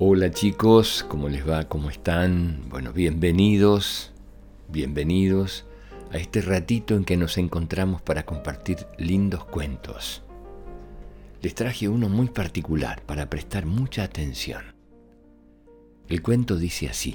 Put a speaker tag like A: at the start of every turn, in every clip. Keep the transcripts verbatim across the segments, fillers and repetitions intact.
A: Hola chicos, ¿cómo les va? ¿Cómo están? Bueno, bienvenidos, bienvenidos a este ratito en que nos encontramos para compartir lindos cuentos. Les traje uno muy particular para prestar mucha atención. El cuento dice así: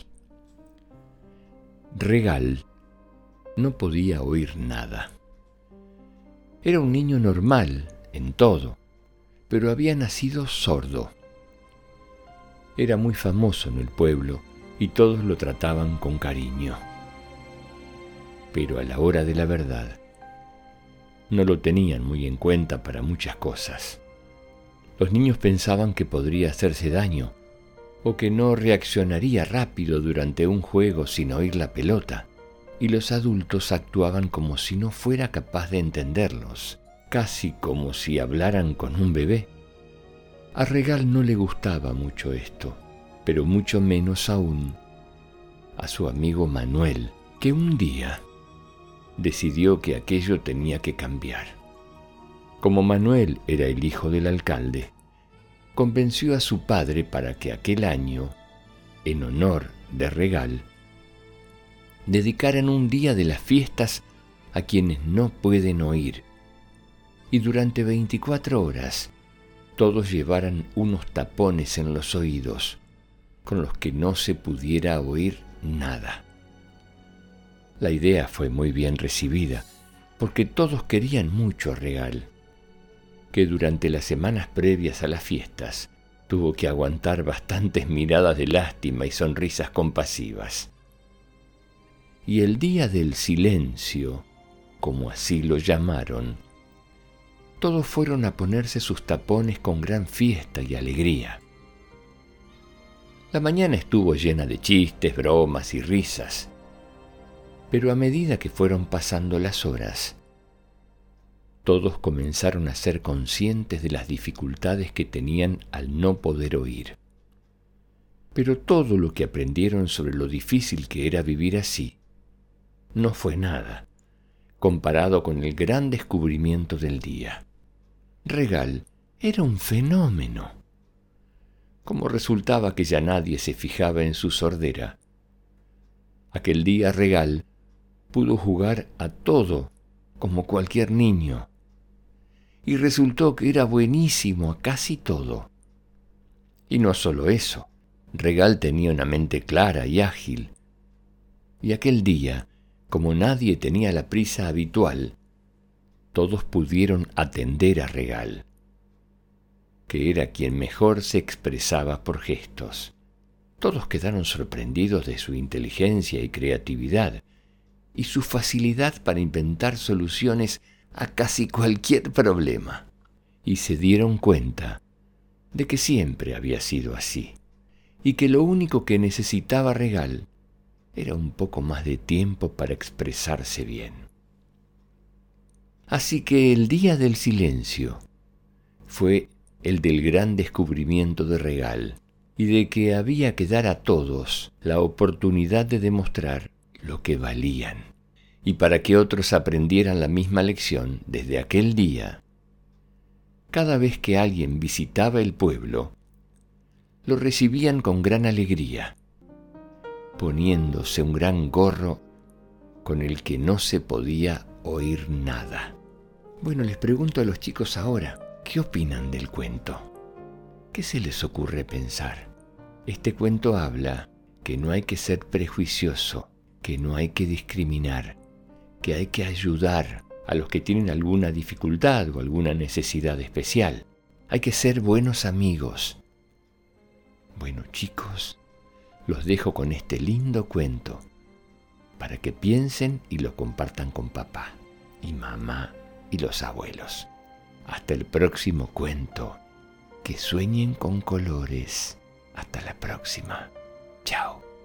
A: Regal no podía oír nada. Era un niño normal en todo, pero había nacido sordo. Era muy famoso en el pueblo y todos lo trataban con cariño. Pero a la hora de la verdad, no lo tenían muy en cuenta para muchas cosas. Los niños pensaban que podría hacerse daño o que no reaccionaría rápido durante un juego sin oír la pelota, y los adultos actuaban como si no fuera capaz de entenderlos, casi como si hablaran con un bebé. A Regal no le gustaba mucho esto, pero mucho menos aún a su amigo Manuel, que un día decidió que aquello tenía que cambiar. Como Manuel era el hijo del alcalde, convenció a su padre para que aquel año, en honor de Regal, dedicaran un día de las fiestas a quienes no pueden oír, y durante veinticuatro horas todos llevaran unos tapones en los oídos con los que no se pudiera oír nada. La idea fue muy bien recibida, porque todos querían mucho a Regal, que durante las semanas previas a las fiestas tuvo que aguantar bastantes miradas de lástima y sonrisas compasivas. Y el día del silencio, como así lo llamaron, todos fueron a ponerse sus tapones con gran fiesta y alegría. La mañana estuvo llena de chistes, bromas y risas, pero a medida que fueron pasando las horas, todos comenzaron a ser conscientes de las dificultades que tenían al no poder oír. Pero todo lo que aprendieron sobre lo difícil que era vivir así no fue nada comparado con el gran descubrimiento del día. Regal era un fenómeno. Como resultaba que ya nadie se fijaba en su sordera, aquel día Regal pudo jugar a todo como cualquier niño, y resultó que era buenísimo a casi todo. Y no solo eso, Regal tenía una mente clara y ágil, y aquel día, como nadie tenía la prisa habitual, todos pudieron atender a Regal, que era quien mejor se expresaba por gestos. Todos quedaron sorprendidos de su inteligencia y creatividad, y su facilidad para inventar soluciones a casi cualquier problema, y se dieron cuenta de que siempre había sido así, y que lo único que necesitaba Regal era un poco más de tiempo para expresarse bien. Así que el día del silencio fue el del gran descubrimiento de Regal, y de que había que dar a todos la oportunidad de demostrar lo que valían. Y para que otros aprendieran la misma lección, desde aquel día, cada vez que alguien visitaba el pueblo, lo recibían con gran alegría, poniéndose un gran gorro con el que no se podía oír nada. Bueno, les pregunto a los chicos ahora, ¿qué opinan del cuento? ¿Qué se les ocurre pensar? Este cuento habla que no hay que ser prejuicioso, que no hay que discriminar, que hay que ayudar a los que tienen alguna dificultad o alguna necesidad especial. Hay que ser buenos amigos. Bueno, chicos, los dejo con este lindo cuento para que piensen y lo compartan con papá y mamá y los abuelos. Hasta el próximo cuento. Que sueñen con colores. Hasta la próxima. Chao.